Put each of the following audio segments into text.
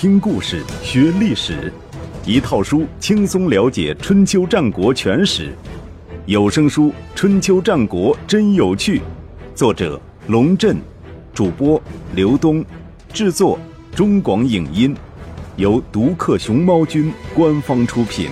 听故事学历史，一套书轻松了解春秋战国全史。有声书《春秋战国真有趣》，作者龙震，主播刘东，制作中广影音，由独克熊猫君官方出品。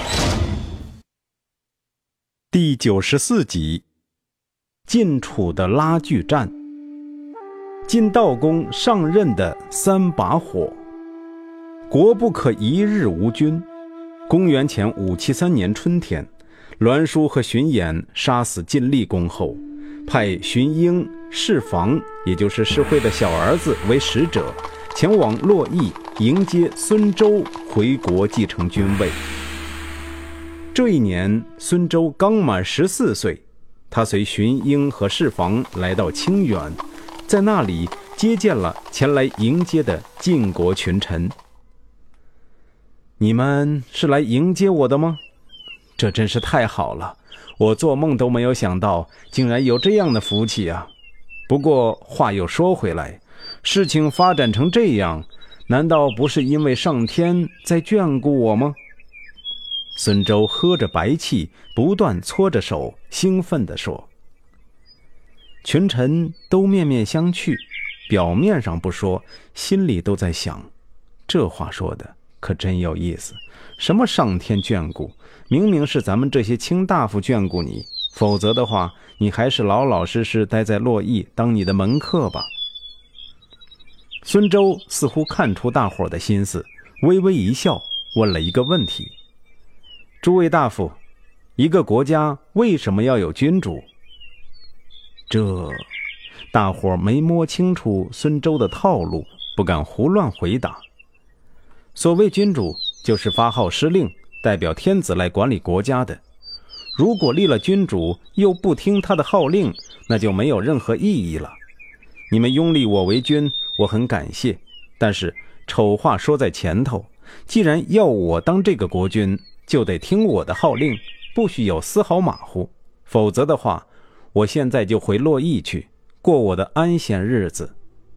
第94集，晋楚的拉锯战。晋悼公上任的3把火。国不可一日无君。公元前573年春天，栾书和荀偃杀死晋厉公后，派荀婴、士房，也就是士会的小儿子为使者，前往洛邑迎接孙周回国继承君位。这一年，孙周刚满14岁，他随荀婴和士房来到清远，在那里接见了前来迎接的晋国群臣。你们是来迎接我的吗？这真是太好了，我做梦都没有想到竟然有这样的福气啊。不过话又说回来，事情发展成这样，难道不是因为上天在眷顾我吗？孙周喝着白气，不断搓着手，兴奋地说。群臣都面面相觑，表面上不说，心里都在想，这话说的可真有意思，什么上天眷顾，明明是咱们这些卿大夫眷顾你，否则的话，你还是老老实实待在洛邑当你的门客吧。孙周似乎看出大伙的心思，微微一笑，问了一个问题：诸位大夫，一个国家为什么要有君主？这大伙没摸清楚孙周的套路，不敢胡乱回答。所谓君主，就是发号施令，代表天子来管理国家的。如果立了君主又不听他的号令，那就没有任何意义了。你们拥立我为君，我很感谢，但是丑话说在前头，既然要我当这个国君，就得听我的号令，不许有丝毫马虎，否则的话，我现在就回洛邑去，过我的安闲日子。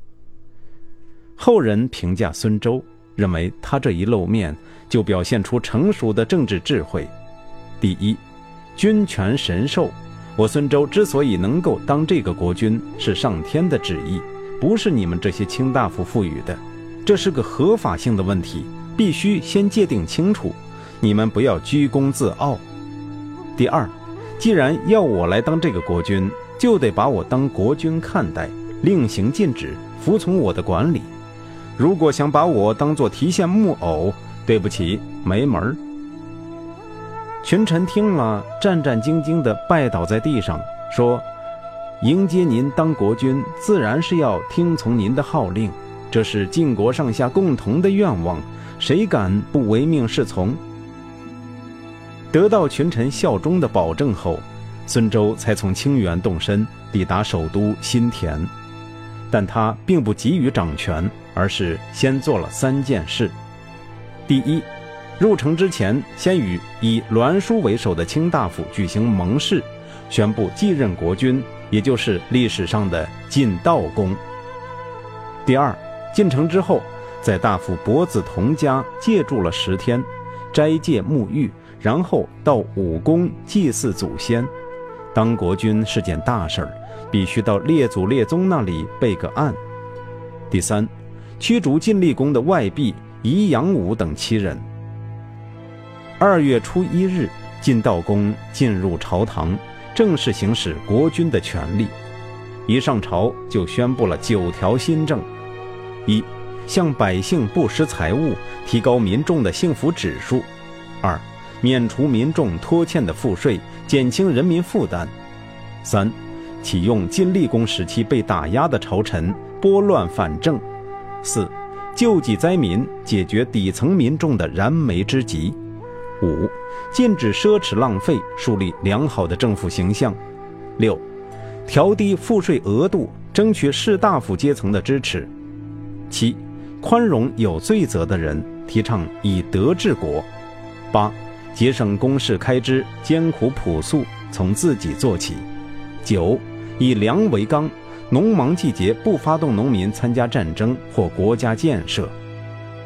后人评价孙周，认为他这一露面就表现出成熟的政治智慧。第一，君权神授，我孙周之所以能够当这个国君，是上天的旨意，不是你们这些卿大夫赋予的，这是个合法性的问题，必须先界定清楚，你们不要居功自傲。第二，既然要我来当这个国君，就得把我当国君看待，令行禁止，服从我的管理。如果想把我当作提线木偶，对不起，没门。群臣听了，战战兢兢地拜倒在地上，说：迎接您当国君，自然是要听从您的号令，这是晋国上下共同的愿望，谁敢不唯命是从？得到群臣效忠的保证后，孙周才从清远动身，抵达首都新田。但他并不急于掌权，而是先做了3件事。第一，入城之前，先与以栾书为首的卿大夫举行盟誓，宣布继任国君，也就是历史上的晋悼公。第二，进城之后，在大夫伯子同家借住了10天，斋戒沐浴，然后到武宫祭祀祖先。当国君是件大事儿，必须到列祖列宗那里备个案。第三，驱逐晋厉公的外婢宜阳武等7人。2月初1日，晋悼公进入朝堂，正式行使国君的权利。一上朝就宣布了9条新政：一，向百姓布施财物，提高民众的幸福指数；二，免除民众拖欠的赋税，减轻人民负担；三，启用晋厉公时期被打压的朝臣，拨乱反正；四，救济灾民，解决底层民众的燃眉之急；五，禁止奢侈浪费，树立良好的政府形象；六，调低赋税额度，争取士大夫阶层的支持；七，宽容有罪责的人，提倡以德治国；八，节省公事开支，艰苦朴素，从自己做起；九，以粮为纲，农忙季节不发动农民参加战争或国家建设。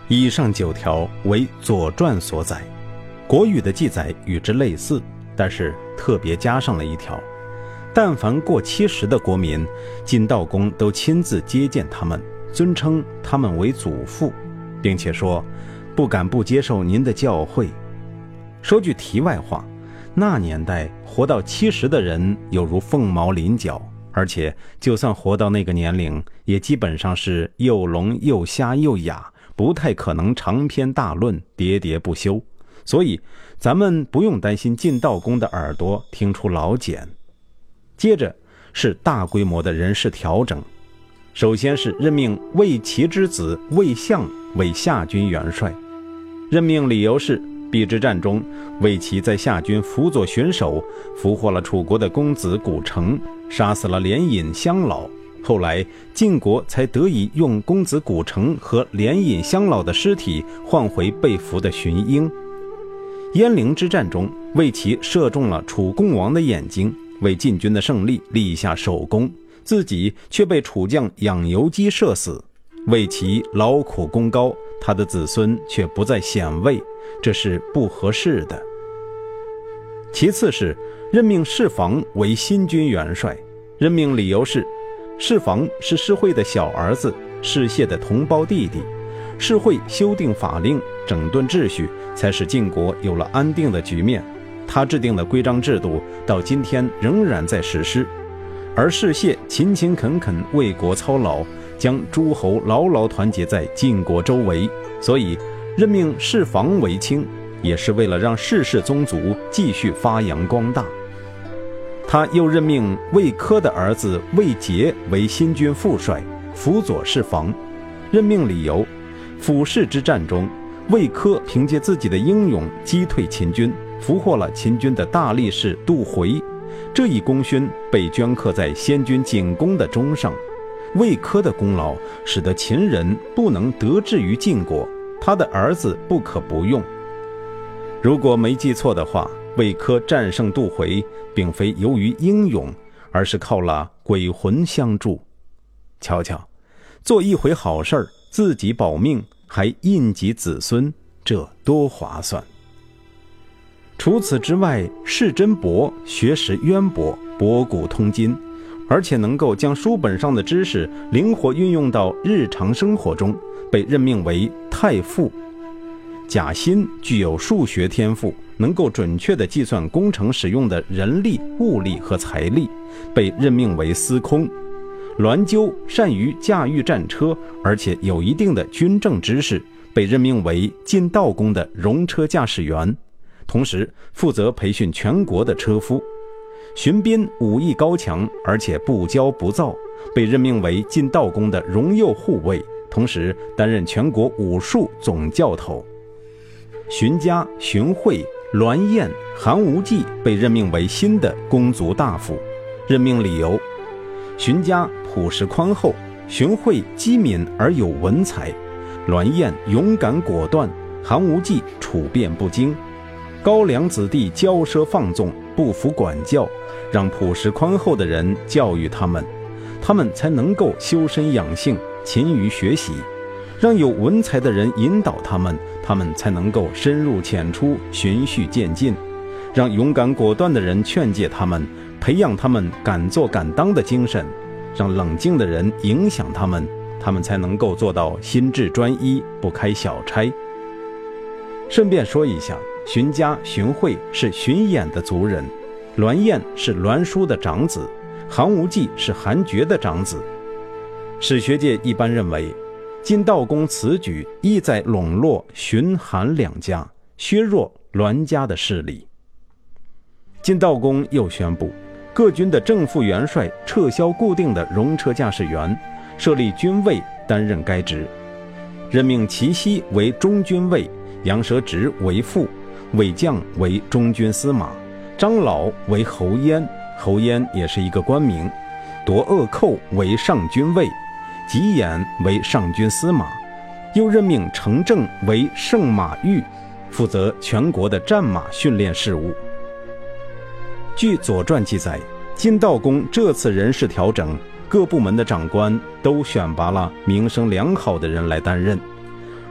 以上9条为《左传》所载，国语的记载与之类似，但是特别加上了一条：但凡过70的国民，晋悼公都亲自接见他们，尊称他们为祖父，并且说不敢不接受您的教诲。说句题外话，那年代活到70的人有如凤毛麟角，而且就算活到那个年龄，也基本上是又聋又瞎又哑，不太可能长篇大论，喋喋不休。所以咱们不用担心晋悼公的耳朵听出老茧。接着是大规模的人事调整，首先是任命魏齐之子魏相为夏军元帅，任命理由是邲之战中，魏齐在夏军辅佐巡守，俘获了楚国的公子古城，杀死了连尹乡老。后来晋国才得以用公子古城和连尹乡老的尸体换回被俘的荀婴。鄢陵之战中，魏齐射中了楚共王的眼睛，为晋军的胜利立下首功，自己却被楚将养由基射死。魏齐劳苦功高，他的子孙却不再显位，这是不合适的。其次是任命士房为新军元帅，任命理由是士房是士会的小儿子，士燮的同胞弟弟，士会修订法令，整顿秩序，才使晋国有了安定的局面。他制定的规章制度到今天仍然在实施，而士燮勤勤恳恳为国操劳，将诸侯牢牢团结在晋国周围，所以任命士房为卿，也是为了让士氏宗族继续发扬光大。他又任命魏科的儿子魏杰为新军副帅，辅佐士房。任命理由：辅氏之战中，魏科凭借自己的英勇击退秦军，俘获了秦军的大力士杜回，这一功勋被镌刻在先军景公的钟上。魏科的功劳使得秦人不能得志于晋国，他的儿子不可不用。如果没记错的话，魏科战胜杜回并非由于英勇，而是靠了鬼魂相助。瞧瞧，做一回好事儿，自己保命，还荫及子孙，这多划算。除此之外，士真博学识渊博，博古通今，而且能够将书本上的知识灵活运用到日常生活中，被任命为太傅。贾欣具有数学天赋，能够准确地计算工程使用的人力、物力和财力，被任命为司空。栾鸠善于驾驭战车，而且有一定的军政知识，被任命为晋悼公的戎车驾驶员，同时负责培训全国的车夫。荀斌武艺高强，而且不骄不躁，被任命为晋悼公的戎右护卫，同时担任全国武术总教头。荀家、荀惠、栾燕、韩无忌被任命为新的公族大夫。任命理由：荀家朴实宽厚，荀惠机敏而有文采，栾燕勇敢果断，韩无忌处变不惊。高粱子弟骄奢放纵，不服管教，让朴实宽厚的人教育他们，他们才能够修身养性，勤于学习。让有文采的人引导他们，他们才能够深入浅出，循序渐进。让勇敢果断的人劝诫他们，培养他们敢做敢当的精神。让冷静的人影响他们，他们才能够做到心智专一，不开小差。顺便说一下，荀家、荀惠是荀偃的族人，栾燕是栾书的长子，韩无忌是韩厥的长子。史学界一般认为，晋悼公此举意在笼络荀韩两家，削弱栾家的势力。晋悼公又宣布，各军的正副元帅撤销固定的戎车驾驶员，设立军尉担任该职。任命齐奚为中军尉，杨舍直为副，韦将为中军司马，张老为侯焉，侯焉也是一个官名，夺鄂寇为上军尉，吉衍为上军司马。又任命程正为圣马御，负责全国的战马训练事务。据《左传》记载，晋悼公这次人事调整，各部门的长官都选拔了名声良好的人来担任。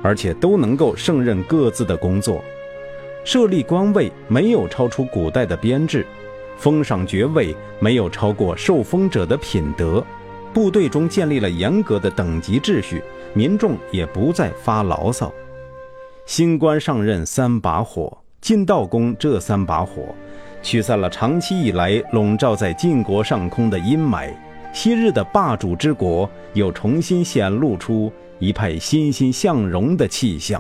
而且都能够胜任各自的工作。设立官位没有超出古代的编制，封赏爵位没有超过受封者的品德，部队中建立了严格的等级秩序，民众也不再发牢骚。新官上任3把火，晋悼公这3把火驱散了长期以来笼罩在晋国上空的阴霾，昔日的霸主之国又重新显露出一派欣欣向荣的气象。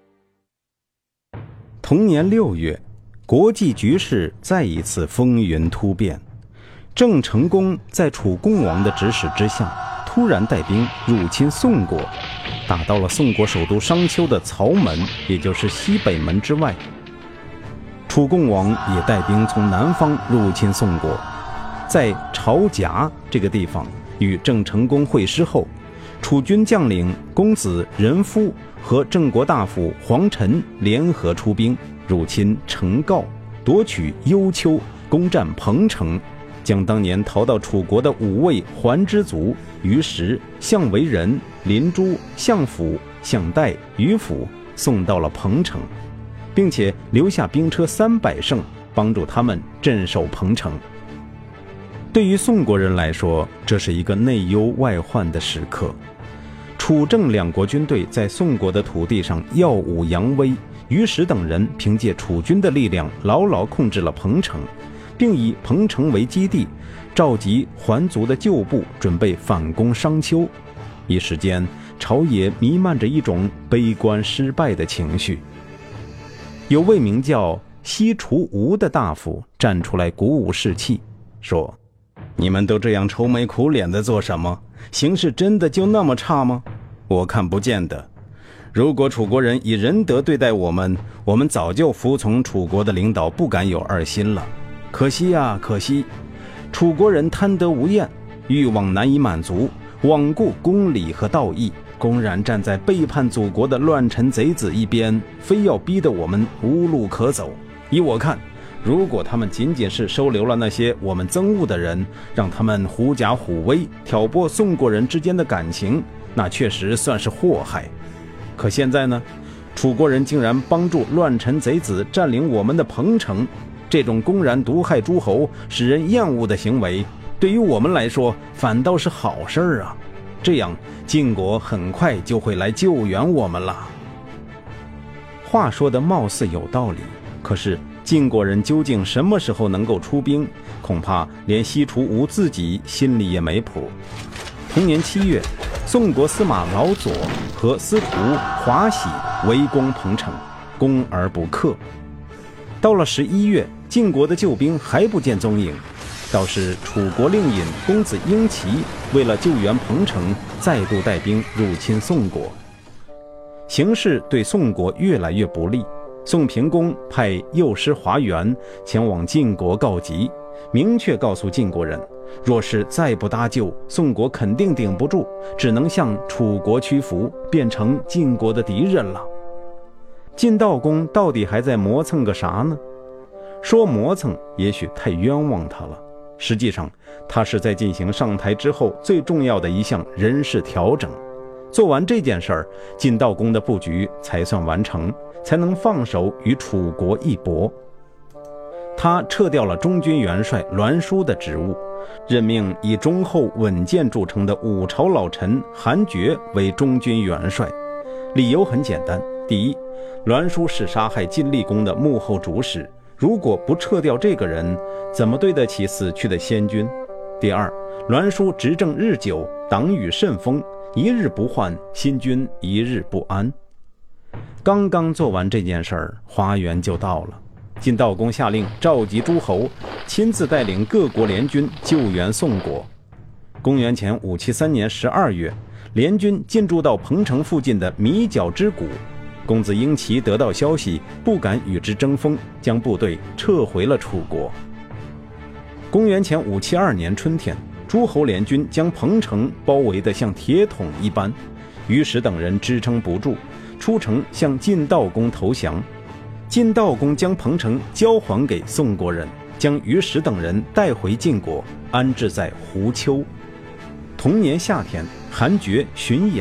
同年6月，国际局势再一次风云突变。郑成功在楚共王的指使之下，突然带兵入侵宋国，打到了宋国首都商丘的曹门，也就是西北门之外。楚共王也带兵从南方入侵宋国，在巢夹这个地方与郑成功会师后，楚军将领公子仁夫和郑国大夫黄臣联合出兵，入侵成皋，夺取幽丘，攻占彭城，将当年逃到楚国的5位桓之族于石、项为人、林朱、项辅、项代、于府送到了彭城，并且留下兵车300乘，帮助他们镇守彭城。对于宋国人来说，这是一个内忧外患的时刻。楚郑2国军队在宋国的土地上耀武扬威，于石等人凭借楚军的力量牢牢控制了彭城，并以彭城为基地，召集桓族的旧部，准备反攻商丘。一时间，朝野弥漫着一种悲观失败的情绪。有位名叫西楚吴的大夫站出来鼓舞士气，说：你们都这样愁眉苦脸的做什么？形势真的就那么差吗？我看不见的。如果楚国人以仁德对待我们，我们早就服从楚国的领导，不敢有二心了。可惜呀，可惜，楚国人贪得无厌，欲望难以满足，罔顾公理和道义，公然站在背叛祖国的乱臣贼子一边，非要逼得我们无路可走。依我看，如果他们仅仅是收留了那些我们憎恶的人，让他们狐假虎威，挑拨宋国人之间的感情，那确实算是祸害。可现在呢，楚国人竟然帮助乱臣贼子占领我们的彭城，这种公然毒害诸侯、使人厌恶的行为，对于我们来说反倒是好事啊！这样晋国很快就会来救援我们了。话说的貌似有道理，可是晋国人究竟什么时候能够出兵，恐怕连西楚吴自己心里也没谱。同年7月，宋国司马老左和司徒华喜围攻彭城，攻而不克。到了11月，晋国的救兵还不见踪影，倒是楚国令尹公子婴齐为了救援彭城，再度带兵入侵宋国。形势对宋国越来越不利，宋平公派右师华元前往晋国告急，明确告诉晋国人，若是再不搭救，宋国肯定顶不住，只能向楚国屈服，变成晋国的敌人了。晋悼公到底还在磨蹭个啥呢？说磨蹭也许太冤枉他了，实际上他是在进行上台之后最重要的一项人事调整。做完这件事儿，晋悼公的布局才算完成，才能放手与楚国一搏。他撤掉了中军元帅栾书的职务，任命以忠厚稳健著称的五朝老臣韩厥为中军元帅。理由很简单，第一，栾书是杀害晋厉公的幕后主使，如果不撤掉这个人，怎么对得起死去的先君？第二，栾书执政日久，党羽甚丰，一日不换，新君一日不安。刚刚做完这件事儿，华元就到了。晋悼公下令召集诸侯，亲自带领各国联军救援宋国。公元前573年12月，联军进驻到彭城附近的米角之谷。公子婴齐得到消息，不敢与之争锋，将部队撤回了楚国。公元前572年春天，诸侯联军将彭城包围得像铁桶一般，于石等人支撑不住，出城向晋悼公投降。晋悼公将彭城交还给宋国人，将于石等人带回晋国，安置在胡丘。同年夏天，韩厥、荀偃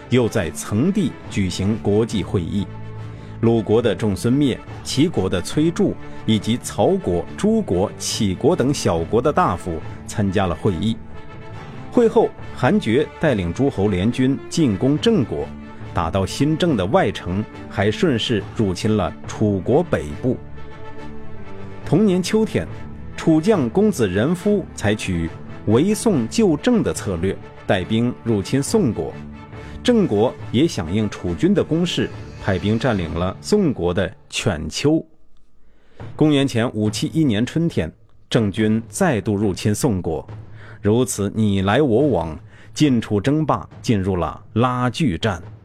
又在曾地举行国际会议。鲁国的仲孙灭、齐国的崔杼以及曹国、诸国、杞国等小国的大夫参加了会议。会后，韩厥带领诸侯联军进攻郑国，打到新郑的外城，还顺势入侵了楚国北部。同年秋天，楚将公子仁夫采取围宋救郑的策略，带兵入侵宋国。郑国也响应楚军的攻势，派兵占领了宋国的犬丘。公元前571年春天，郑军再度入侵宋国，如此你来我往，晋楚争霸进入了拉锯战。